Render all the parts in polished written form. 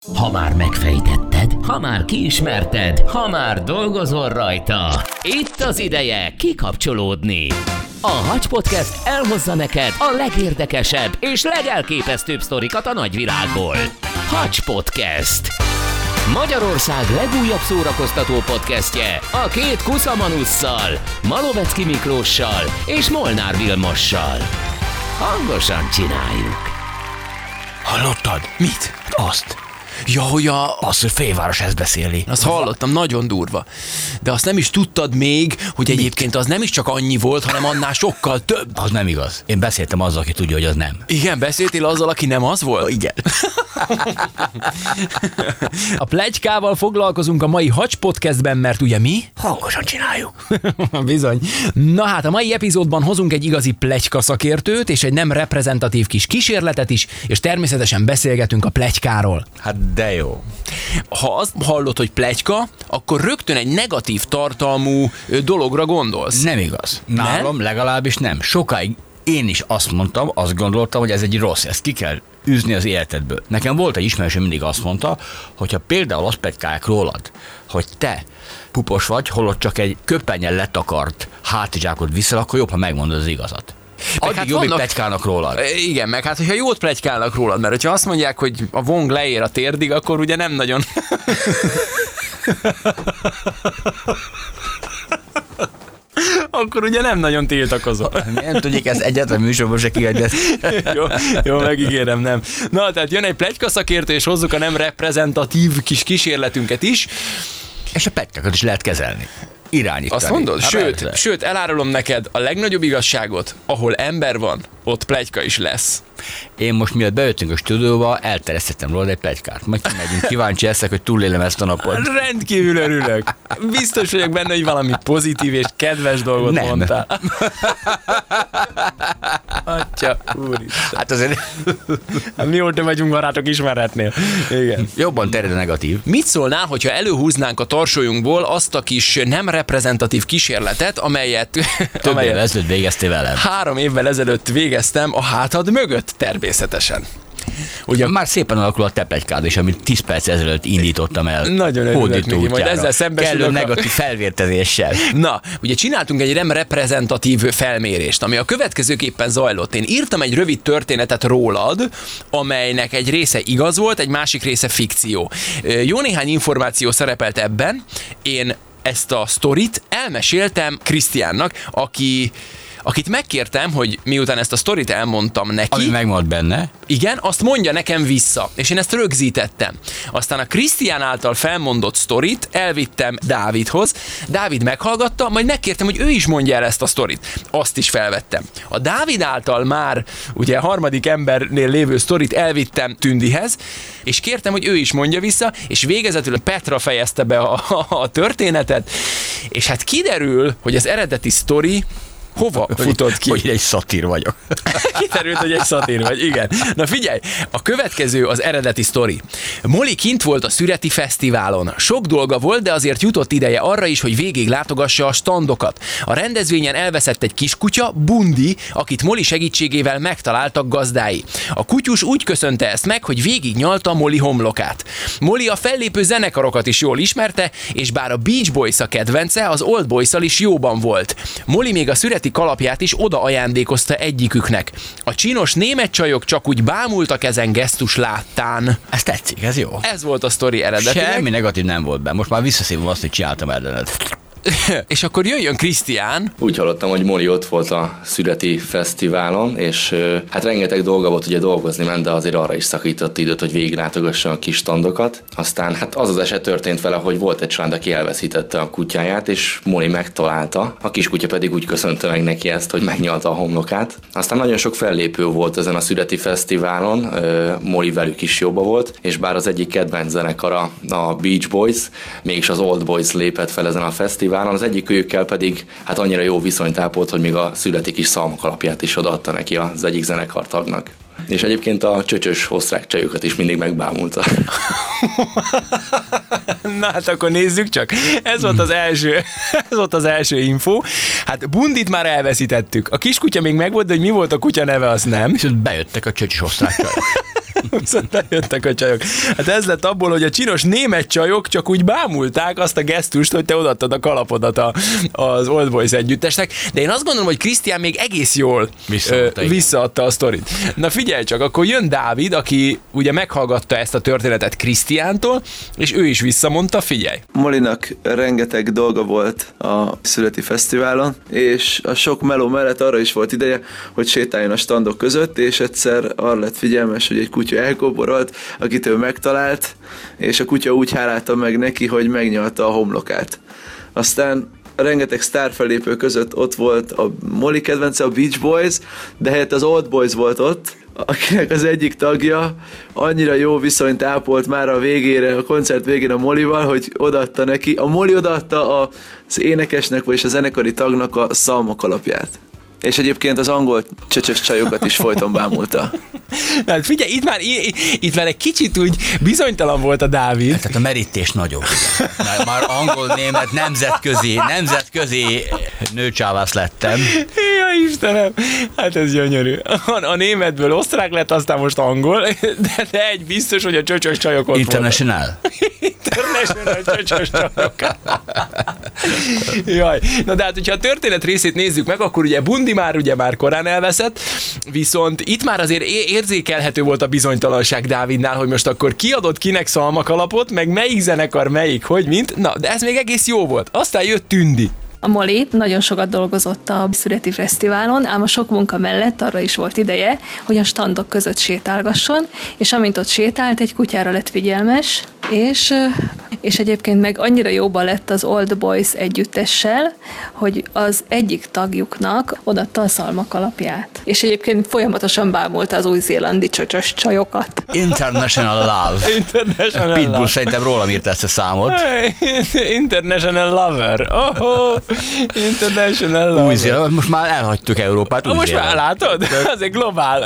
Ha már megfejtetted, ha már kiismerted, ha már dolgozol rajta, itt az ideje kikapcsolódni. A Hacs Podcast elhozza neked a legérdekesebb és legelképesztőbb sztorikat a nagyvilágból. Hacs Podcast. Magyarország legújabb szórakoztató podcastje a két kuszamanusszal, Malovecki Miklóssal és Molnár Vilmossal. Hangosan csináljuk. Hallottad? Mit? Azt. Ja, hogy azt, hogy félváros ezt beszéli. Azt hallottam, nagyon durva. De azt nem is tudtad még, hogy egyébként az nem is csak annyi volt, hanem annál sokkal több. Az nem igaz. Én beszéltem azzal, aki tudja, hogy az nem. Igen, beszéltél azzal, aki nem az volt? Igen. A pletykával foglalkozunk a mai Hacs Podcastben, mert ugye mi? Hangosan csináljuk. Bizony. Na hát a mai epizódban hozunk egy igazi pletyka szakértőt, és egy nem reprezentatív kis kísérletet is, és természetesen beszélgetünk a pletykáról. Hát de jó. Ha azt hallod, hogy pletyka, akkor rögtön egy negatív tartalmú dologra gondolsz. Nem igaz. Nálam legalábbis nem. Sokáig én is azt gondoltam, hogy ez egy rossz, ezt ki kell űzni az életedből. Nekem volt egy ismerősöm, mindig azt mondta, hogyha például azt pletykálják rólad, hogy te pupos vagy, holott csak egy köpennyel letakart hátizsákot viszel, akkor jobb, ha megmondod az igazat. Addig hát jobb, hogy vannak... pletykálnak rólad. Igen, meg hát, hogyha jót pletykálnak rólad, mert hogyha azt mondják, hogy a vong leér a térdig, akkor ugye nem nagyon... akkor ugye nem nagyon tiltakozol. Nem tudjuk, ez egyetlen műsorban se kiadni. Jó, megígérem, nem. Na, tehát jön egy pletyka szakértő, és hozzuk a nem reprezentatív kis kísérletünket is. És a pletykákat is lehet kezelni. Irányítani. Azt mondod? Sőt, elárulom neked a legnagyobb igazságot, ahol ember van, ott pletyka is lesz. Én most miatt bejöttünk a stúdióba, elterjesztettem róla egy pletykát. Meg kimegyünk, kíváncsi leszek, hogy túlélem ezt a napot. Rendkívül örülök. Biztos vagyok benne, hogy valami pozitív és kedves dolgot mondtál. Atya, úristen. Hát azért... Hát mióta vagyunk barátok, ismerhetnél. Igen. Jobban terjed a negatív. Mit szólnál, hogyha előhúznánk a tarsójunkból azt a kis nem reprezentatív kísérletet, amelyet... Több évvel ezelőtt végeztél velem. 3 évvel ezelőtt végeztem a hátad mögött, természetesen. Ugye már szépen alakul a te pletykád is, amit 10 perc ezelőtt indítottam el. Nagyon örülök neki, majd ezzel szembesülök. Kellő negatív felvértezéssel. Na, ugye csináltunk egy nem reprezentatív felmérést, ami a következőképpen zajlott. Én írtam egy rövid történetet rólad, amelynek egy része igaz volt, egy másik része fikció. Jó néhány információ szerepelt ebben. Én ezt a sztorit elmeséltem Krisztiánnak, akit megkértem, hogy miután ezt a sztorit elmondtam neki... Ami megmaradt benne. Igen, azt mondja nekem vissza, és én ezt rögzítettem. Aztán a Krisztián által felmondott sztorit elvittem Dávidhoz, Dávid meghallgatta, majd megkértem, hogy ő is mondja el ezt a sztorit. Azt is felvettem. A Dávid által már ugye a harmadik embernél lévő sztorit elvittem Tündihez, és kértem, hogy ő is mondja vissza, és végezetül Petra fejezte be a történetet, és hát kiderül, hogy az eredeti sztori hova futott ki? Hogy egy szatír vagyok. Kiderült, hogy egy szatír vagy, igen. Na figyelj, a következő az eredeti sztori. Molly kint volt a Szüreti Fesztiválon. Sok dolga volt, de azért jutott ideje arra is, hogy végig látogassa a standokat. A rendezvényen elveszett egy kiskutya, Bundi, akit Molly segítségével megtaláltak gazdái. A kutyus úgy köszönte ezt meg, hogy végig nyalta Molly homlokát. Molly a fellépő zenekarokat is jól ismerte, és bár a Beach Boys a kedvence, az Old Boys-szal is jóban volt. Molly még a Szüreti kalapját is oda ajándékozta egyiküknek. A csinos német csajok csak úgy bámultak ezen gesztus láttán. Ez tetszik, ez jó. Ez volt a sztori eredetileg. Semmi negatív nem volt benne. Most már visszaszívom azt, hogy csináltam ellenet. És akkor jöjjön Krisztián. Úgy hallottam, hogy Molly ott volt a Szüreti Fesztiválon, és hát rengeteg dolga volt ugye dolgozni ment, de azért arra is szakított időt, hogy végiglátogassa a kis standokat. Aztán hát az eset történt vele, hogy volt egy család, aki elveszítette a kutyáját, és Molly megtalálta. A kiskutya pedig úgy köszönte meg neki ezt, hogy megnyalta a homlokát. Aztán nagyon sok fellépő volt ezen a Szüreti Fesztiválon, Molly velük is jobba volt, és bár az egyik kedvenc zenekara a Beach Boys, mégis az Old Boys lépett fel ezen a fesztiválon, az egyikőjükkel pedig hát annyira jó viszonyt ápolt, hogy még a születi kis szalmak alapját is odaadta neki az egyik zenekartagnak. És egyébként a csöcsös osztrák csajokat is mindig megbámulta. Na hát akkor nézzük csak. Ez volt az első info. Hát Bundit már elveszítettük. A kiskutya még megvolt, de hogy mi volt a kutya neve, az nem. És ott bejöttek a csöcsös osztrák csajok. Viszont bejöttek a csajok. Hát ez lett abból, hogy a csinos német csajok csak úgy bámulták azt a gesztust, hogy te odaadtad a kalapodat az Old Boys együttesnek, de én azt gondolom, hogy Krisztián még egész jól visszaadta a sztorit. Na figyelj csak, akkor jön Dávid, aki ugye meghallgatta ezt a történetet Krisztiántól, és ő is visszamondta, figyelj. Molinak rengeteg dolga volt a születi fesztiválon, és a sok meló mellett arra is volt ideje, hogy sétáljon a standok között, és egyszer arra lett figyelmes, hogy egy kutya elkóborolt, akit ő megtalált, és a kutya úgy hálálta meg neki, hogy megnyalta a homlokát. Aztán rengeteg sztárfelépő között ott volt a Molly kedvence, a Beach Boys, de helyett az Old Boys volt ott, akinek az egyik tagja annyira jó viszonyt ápolt már a végére, a koncert végén a Mollyval, hogy odaadta neki, a Molly odaadta az énekesnek, vagyis a zenekari tagnak a szalmakalapját. És egyébként az angol csöcsös csajokat is folyton bámulta. Hát figyelj, itt már egy kicsit úgy bizonytalan volt a Dávid. Tehát a merítés nagyobb. Már angol-német nemzetközi nőcsávász lettem. Ja, Istenem, hát ez gyönyörű. A németből osztrák lett, aztán most angol, de egy biztos, hogy a csöcsös csajok ott International. International csöcsös csajok. Jaj, na de hát, hogyha a történet részét nézzük meg, akkor ugye Bundi már korán elveszett, viszont itt már azért érzékelhető volt a bizonytalanság Dávidnál, hogy most akkor kiadott kinek szalmakalapot, meg melyik zenekar, hogy mint. Na, de ez még egész jó volt. Aztán jött Tündi. A Molly nagyon sokat dolgozott a születi fesztiválon, ám a sok munka mellett arra is volt ideje, hogy a standok között sétálgasson, és amint ott sétált, egy kutyára lett figyelmes, és egyébként meg annyira jóban lett az Old Boys együttessel, hogy az egyik tagjuknak odaadta a szalmakalapját. És egyébként folyamatosan bámulta az új-zélandi csöcsös csajokat. International Love. International Pitbull Love. szerintem rólam írt ezt a számot. International Lover. Oh, International Lover. Új-Zéland, most már elhagytuk Európát. Most már látod? Azért globál.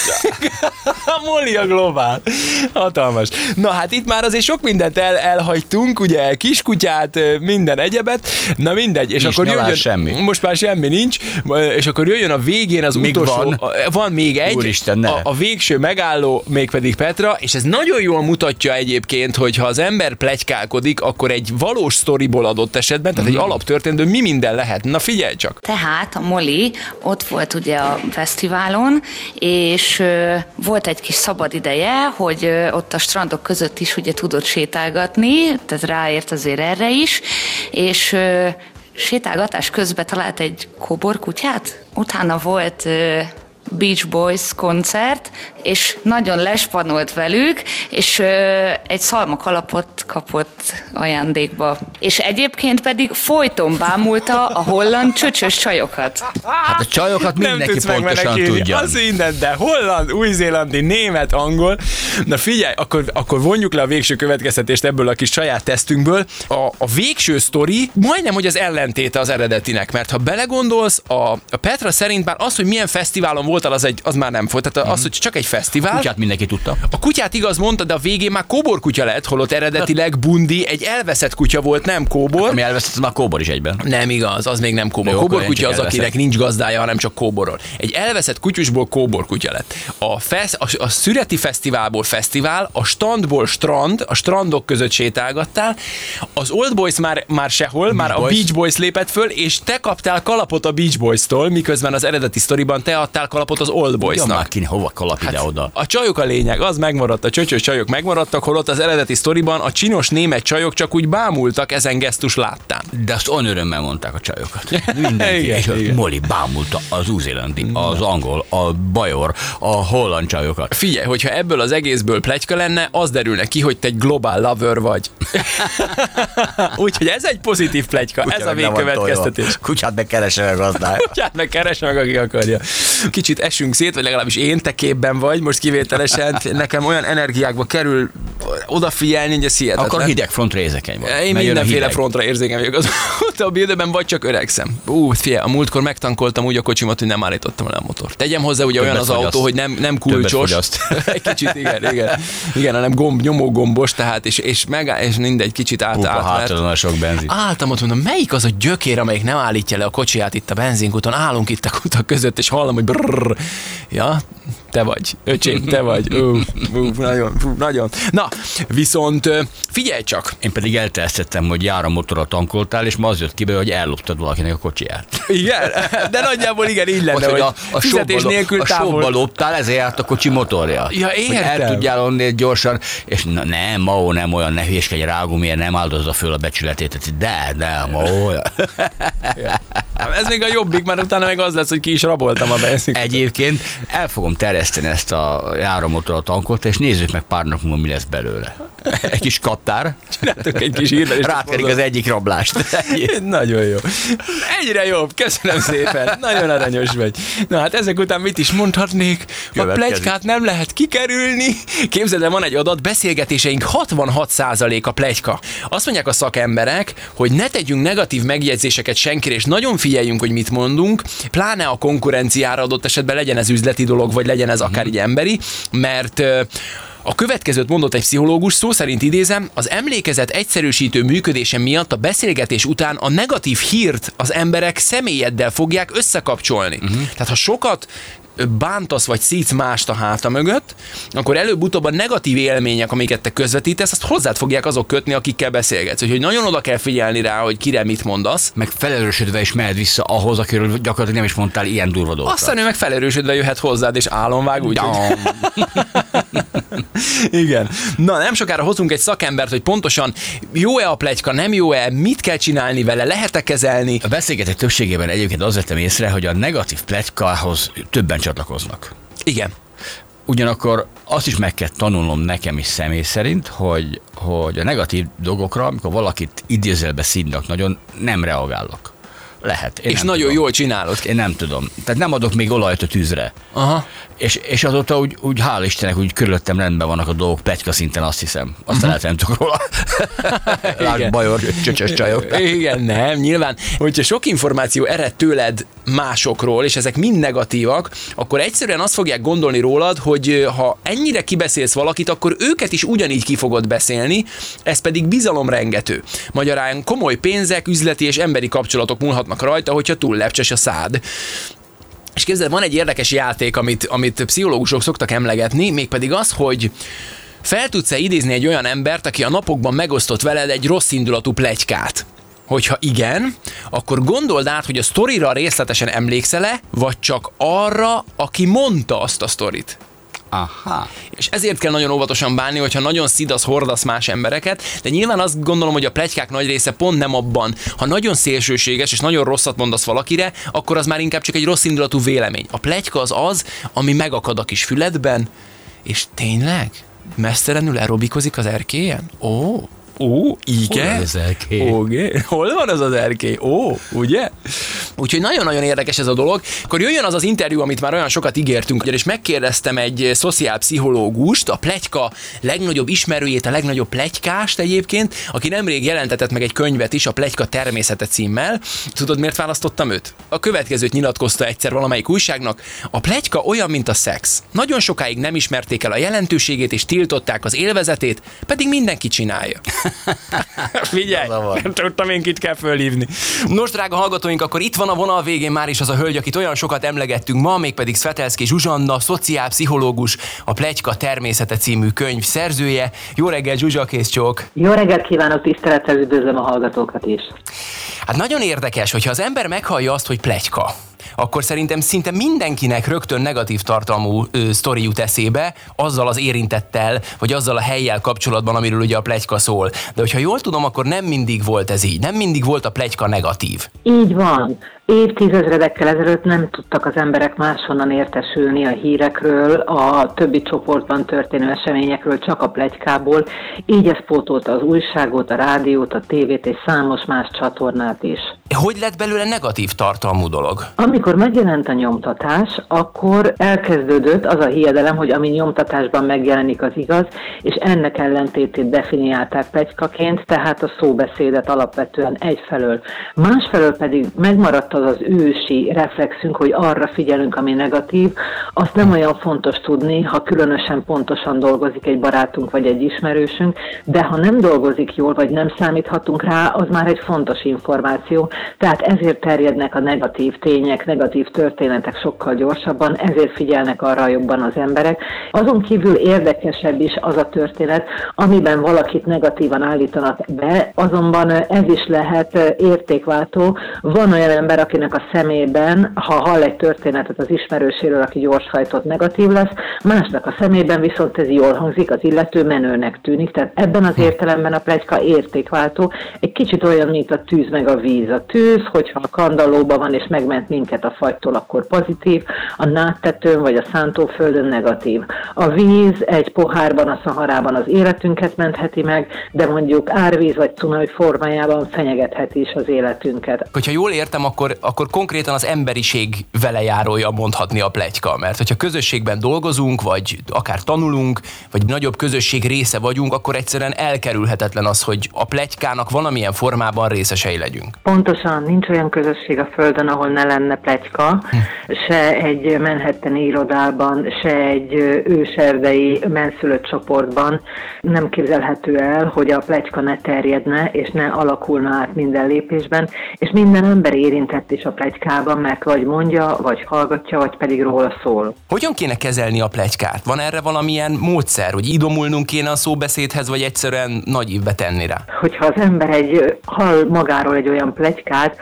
A Molly a globál. Hatalmas. Na hát itt már azért sok mindent elhagytunk, ugye kiskutyát, minden egyebet. Na mindegy. És nincs akkor jöjjön, semmi. Most már semmi nincs, és akkor jöjjön a végén az még utolsó. Van még egy. Úristen, ne. A végső megálló, mégpedig Petra, és ez nagyon jól mutatja egyébként, hogy ha az ember pletykálkodik, akkor egy valós sztoriból adott esetben, tehát egy alaptörténetből mi minden lehet. Na figyelj csak. Tehát a Molly ott volt ugye a fesztiválon, és volt egy kis szabad ideje, hogy ott a strandok között is ugye tudott sétálgatni, tehát ráért azért erre is, és sétálgatás közben talált egy kóborkutyát, utána volt Beach Boys koncert, és nagyon lespanolt velük, és egy szalmakalapot kapott ajándékba. És egyébként pedig folyton bámulta a holland csöcsös csajokat. Hát a csajokat mindenki pontosan tudja. Az minden, de holland, új-zélandi, német, angol. Na figyelj, akkor vonjuk le a végső következtetést ebből a kis saját tesztünkből. A végső sztori majdnem, hogy az ellentéte az eredetinek, mert ha belegondolsz, a Petra szerint már az, hogy milyen fesztiválon voltál, az már nem volt. Tehát az, hogy csak egy fesztivál. A kutyát mindenki tudta. A kutyát igaz mondta, de a végén már kóborkutya lett, holott eredetileg Bundi egy elveszett kutya volt, nem kóbor. Ami elveszett, már kóbor is egyben. Nem igaz, az még nem kóbor. Jó, Kóborkutya az, akinek nincs gazdája, hanem csak kóborol. Egy elveszett kutyusból kóborkutya lett. A szüreti fesztiválból fesztivál, a standból strand, a strandok között sétálgattál, az Old Boys már sehol, már a Beach Boys lépett föl, és te kaptál kalapot a Beach Boys-tól, miközben az eredeti sztoriban te adtál kalapot az Old Boys-nak. Hova kalap ide-oda? A csajok a lényeg, az megmaradt, a csöcsös csajok megmaradtak, holott az eredeti sztoriban a csinos német csajok csak úgy bámultak ezen gesztus láttán. De azt olyan örömmel mondták a csajokat. Mindenki. Igen, és igen. Molly bámulta az új-zélandi, az angol, a bajor, a holland csajokat. Figyelj, hogyha ebből az egészből pletyka lenne, az derülne ki, hogy te egy global lover vagy. Úgyhogy ez egy pozitív pletyka, ez a végkövetkeztetés. Kutyát meg keresel a gazdája. Kutyát meg keresel meg, aki akarja. Kicsit esünk szét, vagy legalábbis én, te képben vagy, most kivételesen, nekem olyan energiákba kerül odafigyelni, hogy ez hihetetlen. Akkor hidegfrontra érzékeny vagy. Én mindenféle frontra érzékeny vagyok. Az utóbbi időben vagy csak öregszem. Figyelj, a múltkor megtankoltam úgy a kocsimat, hogy nem állítottam le a motort. Tegyem hozzá, ugye olyan az autó, hogy nem kulcsos. Egy kicsit, igen, hanem nyomógombos, tehát, és mindegy, kicsit Hátadon sok benzin. Álltam ott, mondom, melyik az a gyökér, amelyik nem állítja le a kocsiját itt a benzinkúton, állunk itt a kutak között, és hallom, hogy brrrr. Ja, te vagy. Öcsém, te vagy. Nagyon. Na, viszont figyelj csak. Én pedig elterjesztettem, hogy jár a motorra tankoltál, és ma az jött ki be, hogy elloptad valakinek a kocsiját. Igen, de nagyjából igen, így lenne, hogy a fizetés nélkül távol. A shopba loptál, ezért járt a kocsi motorja. Ja, értem. Hogy el tudjál onnét gyorsan, és nem, Mao, nem olyan, ne hülyeskedj, Rágó, miért nem áldozza föl a becsületét. De, Mao. Ez még a jobbik, mert utána meg az lesz, hogy ki is raboltam a benszinkot. Egyébként el fogom terjeszteni ezt a járamotor a tankot, és nézzük meg pár nap múlva, mi lesz belőle. Egy kis kaptár. Csináltok egy kis hírlelést. Rátkerik az egyik rablást. Nagyon jó. Egyre jobb. Köszönöm szépen. Nagyon aranyos vagy. Na hát ezek után mit is mondhatnék? A pletykát nem lehet kikerülni. Képzeld el, van egy adat, beszélgetéseink 66% a pletyka. Azt mondják a szakemberek, hogy ne tegyünk negatív megjegyzéseket senkire, és nagyon figyeljünk, hogy mit mondunk, pláne a konkurenciára adott esetben, legyen ez üzleti dolog, vagy legyen ez akár így emberi, mert a következőt mondott egy pszichológus, szó szerint idézem, az emlékezet egyszerűsítő működése miatt a beszélgetés után a negatív hírt az emberek személyeddel fogják összekapcsolni. Tehát ha sokat bántasz vagy szítsz mást a háta mögött, akkor előbb-utóbb a negatív élmények, amiket te közvetítesz, azt hozzád fogják azok kötni, akikkel beszélgetsz. Úgyhogy nagyon oda kell figyelni rá, hogy kire mit mondasz. Meg felerősödve is mehet vissza ahhoz, akiről gyakorlatilag nem is mondtál ilyen durva dolgokat. Aztán ő meg felerősödve jöhet hozzád, és álomvág úgy. Igen. Na, nem sokára hozunk egy szakembert, hogy pontosan jó-e a pletyka, nem jó-e, mit kell csinálni vele, lehet-e kezelni. A beszélgetés többségében egyébként azt vettem észre, hogy a negatív pletykához többen csatlakoznak. Igen. Ugyanakkor azt is meg kell tanulnom nekem is személy szerint, hogy a negatív dolgokra, amikor valakit idézőjelbe szídnak, nagyon nem reagálok. Lehet. És nagyon jól csinálod. Én nem tudom. Tehát nem adok még olajt a tűzre. Aha. És azóta úgy hál' Istennek, úgy körülöttem rendben vannak a dolgok, pletyka szinten, azt hiszem. Aztán lehet nem tudok róla. Lásd, bajor, csöcsös csajok. Igen, nem, nyilván. Hogyha sok információ ered tőled másokról, és ezek mind negatívak, akkor egyszerűen azt fogják gondolni rólad, hogy ha ennyire kibeszélsz valakit, akkor őket is ugyanígy ki fogod beszélni, ez pedig bizalomrengető. Magyarán komoly pénzek, üzleti és emberi kapcsolatok múlhatnak rajta, hogyha túl lepcses a szád. És képzeld, van egy érdekes játék, amit pszichológusok szoktak emlegetni, mégpedig az, hogy fel tudsz-e idézni egy olyan embert, aki a napokban megosztott veled egy rossz indulatú pletykát? Hogyha igen, akkor gondold át, hogy a sztorira részletesen emlékszel-e, vagy csak arra, aki mondta azt a sztorit. Aha. És ezért kell nagyon óvatosan bánni, hogyha nagyon szidasz, hordasz más embereket, de nyilván azt gondolom, hogy a pletykák nagy része pont nem abban. Ha nagyon szélsőséges és nagyon rosszat mondasz valakire, akkor az már inkább csak egy rossz indulatú vélemény. A pletyka az, ami megakad a kis füledben, és tényleg mesztelenül aerobikozik az erkélyen? Ó, igen? Hol van az erkély? Hol van az erkély? Ugye? Úgyhogy nagyon-nagyon érdekes ez a dolog. Akkor jöjjön az interjú, amit már olyan sokat ígértünk, és megkérdeztem egy szociálpszichológust, a pletyka legnagyobb ismerőjét, a legnagyobb pletykást egyébként, aki nemrég jelentetett meg egy könyvet is, a Pletyka természete címmel. Tudod, miért választottam őt? A következőt nyilatkozta egyszer valamelyik újságnak. A pletyka olyan, mint a szex. Nagyon sokáig nem ismerték el a jelentőségét, és tiltották az élvezetét, pedig mindenki csinálja. Figyelj, nem tudtam én, kit kell fölhívni. Nos, drága hallgatóink, akkor itt van a vonal végén már is az a hölgy, akit olyan sokat emlegettünk ma, mégpedig Svetelszky Zsuzsanna, szociálpszichológus, a Pletyka természete című könyv szerzője. Jó reggel, Zsuzsa, kész csók! Jó reggelt kívánok, tisztelettel üdvözlöm a hallgatókat is! Hát nagyon érdekes, hogyha az ember meghallja azt, hogy pletyka, akkor szerintem szinte mindenkinek rögtön negatív tartalmú sztori jut eszébe, azzal az érintettel, vagy azzal a hellyel kapcsolatban, amiről ugye a pletyka szól. De hogyha jól tudom, akkor nem mindig volt ez így. Nem mindig volt a pletyka negatív. Így van. Évtizedekkel ezelőtt nem tudtak az emberek máshonnan értesülni a hírekről, a többi csoportban történő eseményekről, csak a pletykából. Így ez pótolta az újságot, a rádiót, a tévét és számos más csatornát is. Hogy lett belőle negatív tartalmú dolog? Amikor megjelent a nyomtatás, akkor elkezdődött az a hiedelem, hogy ami nyomtatásban megjelenik, az igaz, és ennek ellentétét definiálták pletykaként, tehát a szóbeszédet alapvetően egyfelől. Másfelől pedig megmaradt az az ősi reflexünk, hogy arra figyelünk, ami negatív, azt nem olyan fontos tudni, ha különösen pontosan dolgozik egy barátunk vagy egy ismerősünk, de ha nem dolgozik jól, vagy nem számíthatunk rá, az már egy fontos információ. Tehát ezért terjednek a negatív tények, negatív történetek sokkal gyorsabban, ezért figyelnek arra jobban az emberek. Azon kívül érdekesebb is az a történet, amiben valakit negatívan állítanak be, azonban ez is lehet értékváltó. Van olyan ember, akinek a szemében, ha hall egy történetet az ismerőséről, aki gyorshajtott, negatív lesz, másnak a szemében viszont ez jól hangzik, az illető menőnek tűnik. Tehát ebben az értelemben a pletyka értékváltó. Egy kicsit olyan, mint a tűz meg a víz. A tűz, hogyha a kandallóban van és megment minket a fagytól, akkor pozitív, a nádtetőn vagy a szántóföldön negatív. A víz egy pohárban, a Szaharában az életünket mentheti meg, de mondjuk árvíz vagy cunami formájában fenyegetheti is az életünket. Hogyha jól értem, akkor konkrétan az emberiség velejárója mondhatni a pletyka, mert hogyha közösségben dolgozunk, vagy akár tanulunk, vagy nagyobb közösség része vagyunk, akkor egyszerűen elkerülhetetlen az, hogy a pletykának valamilyen formában részesei legyünk. Pontosan, nincs olyan közösség a Földön, ahol ne lenne pletyka, se egy manhattani irodában, se egy őserdei benszülött csoportban nem képzelhető el, hogy a pletyka ne terjedne, és ne alakulna át minden lépésben, és minden ember érintett is a pletykában, mert vagy mondja, vagy hallgatja, vagy pedig róla szól. Hogyan kéne kezelni a pletykát? Van erre valamilyen módszer, hogy idomulnunk kéne a szóbeszédhez, vagy egyszerűen nagy ívbe tenni rá? Hogyha az ember hall magáról egy olyan pletykát,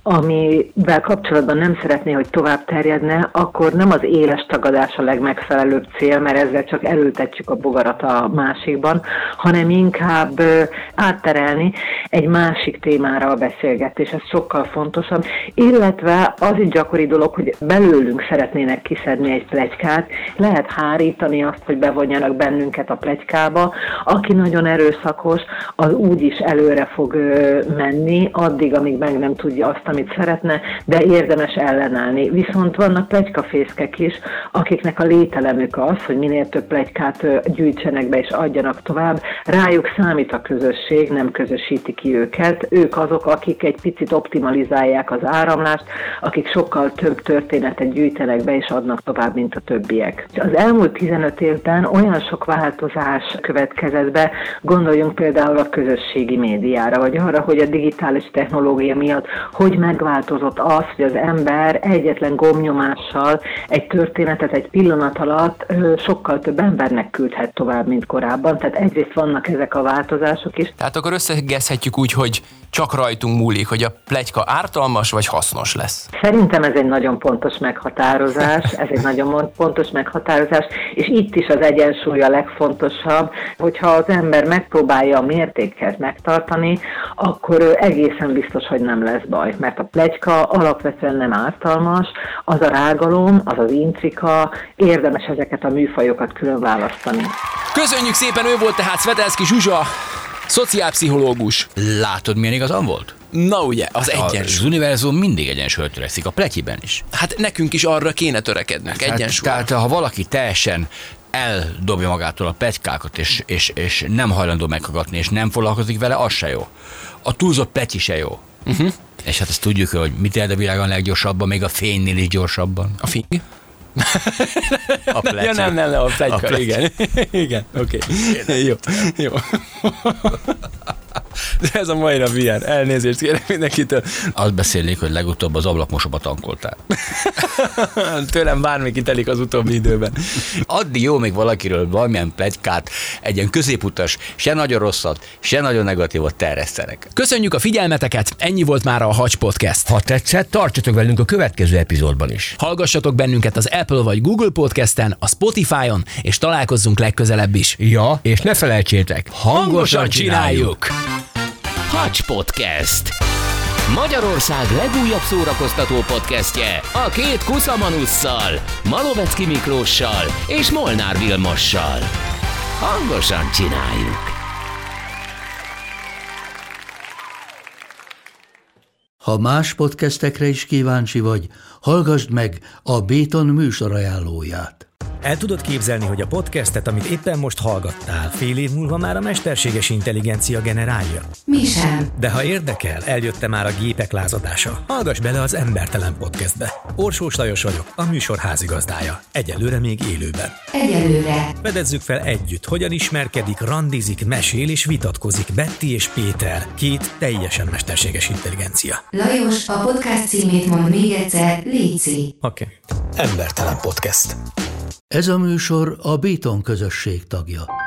amivel kapcsolatban nem szeretné, hogy tovább terjedne, akkor nem az éles tagadás a legmegfelelőbb cél, mert ezzel csak elültetjük a bogarat a másikban, hanem inkább átterelni egy másik témára a beszélgetés. Ez sokkal fontosabb. Illetve az is gyakori dolog, hogy belőlünk szeretnének kiszedni egy pletykát, lehet hárítani azt, hogy bevonjanak bennünket a pletykába. Aki nagyon erőszakos, az úgyis előre fog menni, addig, amíg meg nem tudja azt, amit szeretne, de érdemes ellenállni. Viszont vannak pletykafészkek is, akiknek a lételemük az, hogy minél több pletykát gyűjtsenek be és adjanak tovább. Rájuk számít a közösség, nem közösíti ki őket. Ők azok, akik egy picit optimalizálják az áramlást, akik sokkal több történetet gyűjtenek be és adnak tovább, mint a többiek. Az elmúlt 15 évben olyan sok változás következett be, gondoljunk például a közösségi médiára, vagy arra, hogy a digitális technológia miatt hogy megváltozott az, hogy az ember egyetlen gombnyomással egy történetet egy pillanat alatt sokkal több embernek küldhet tovább, mint korábban. Tehát egyrészt vannak ezek a változások is. Tehát akkor összegezhetjük úgy, hogy csak rajtunk múlik, hogy a pletyka ártalmas vagy hasznos lesz. Szerintem ez egy nagyon pontos meghatározás, és itt is az egyensúly a legfontosabb, hogyha az ember megpróbálja a mértéket megtartani, akkor egészen biztos, hogy nem lesz baj, mert a pletyka alapvetően nem ártalmas, az a rágalom, az az intrika, érdemes ezeket a műfajokat külön választani. Köszönjük szépen, ő volt tehát Svetelszky Zsuzsa, szociálpszichológus. Látod, milyen igazam volt? Na ugye, az egyensúly. Az univerzum mindig egyensúlyra törekszik, a pletyiben is. Hát nekünk is arra kéne törekednünk, egyensúly. Tehát ha valaki teljesen eldobja magától a pletykákat, és nem hajlandó meghallgatni, és nem foglalkozik vele, az se jó. A túlzott pletyi se jó. És hát ezt tudjuk, hogy mit ér a világon leggyorsabban, még a fénynél is gyorsabban. A fény? A pletyi. Ja, nem, a pletyka, igen. Igen, oké. Jó. De ez a mai nap ilyen. Elnézést kérek mindenkitől. Azt beszélnék, hogy legutóbb az ablakmosóba tankoltál. Tőlem bármi kitelik az utóbbi időben. Addig jó még valakiről valamilyen pletykát, egy ilyen középutas, se nagyon rosszat, se nagyon negatívot terjesztenek. Köszönjük a figyelmeteket, ennyi volt már a Hacs Podcast. Ha tetszett, tartsatok velünk a következő epizódban is. Hallgassatok bennünket az Apple vagy Google Podcasten, a Spotify-on, és találkozzunk legközelebb is. Ja, és ne felejtsétek, hangosan csináljuk! Hacs Podcast. Magyarország legújabb szórakoztató podcastje a két Kuszamanusszal, Malovecki Miklóssal és Molnár Vilmossal. Hangosan csináljuk! Ha más podcastekre is kíváncsi vagy, hallgassd meg a Béton műsor ajánlóját. El tudod képzelni, hogy a podcastet, amit éppen most hallgattál, fél év múlva már a mesterséges intelligencia generálja? Mi sem. De ha érdekel, eljött már a gépek lázadása. Hallgass bele az Embertelen Podcastbe. Orsós Lajos vagyok, a műsor házigazdája. Egyelőre még élőben. Egyelőre. Fedezzük fel együtt, hogyan ismerkedik, randizik, mesél és vitatkozik Betty és Péter, két teljesen mesterséges intelligencia. Lajos, a podcast címét mond még egyszer, léci. Oké. Embertelen Podcast. Ez a műsor a Béton közösség tagja.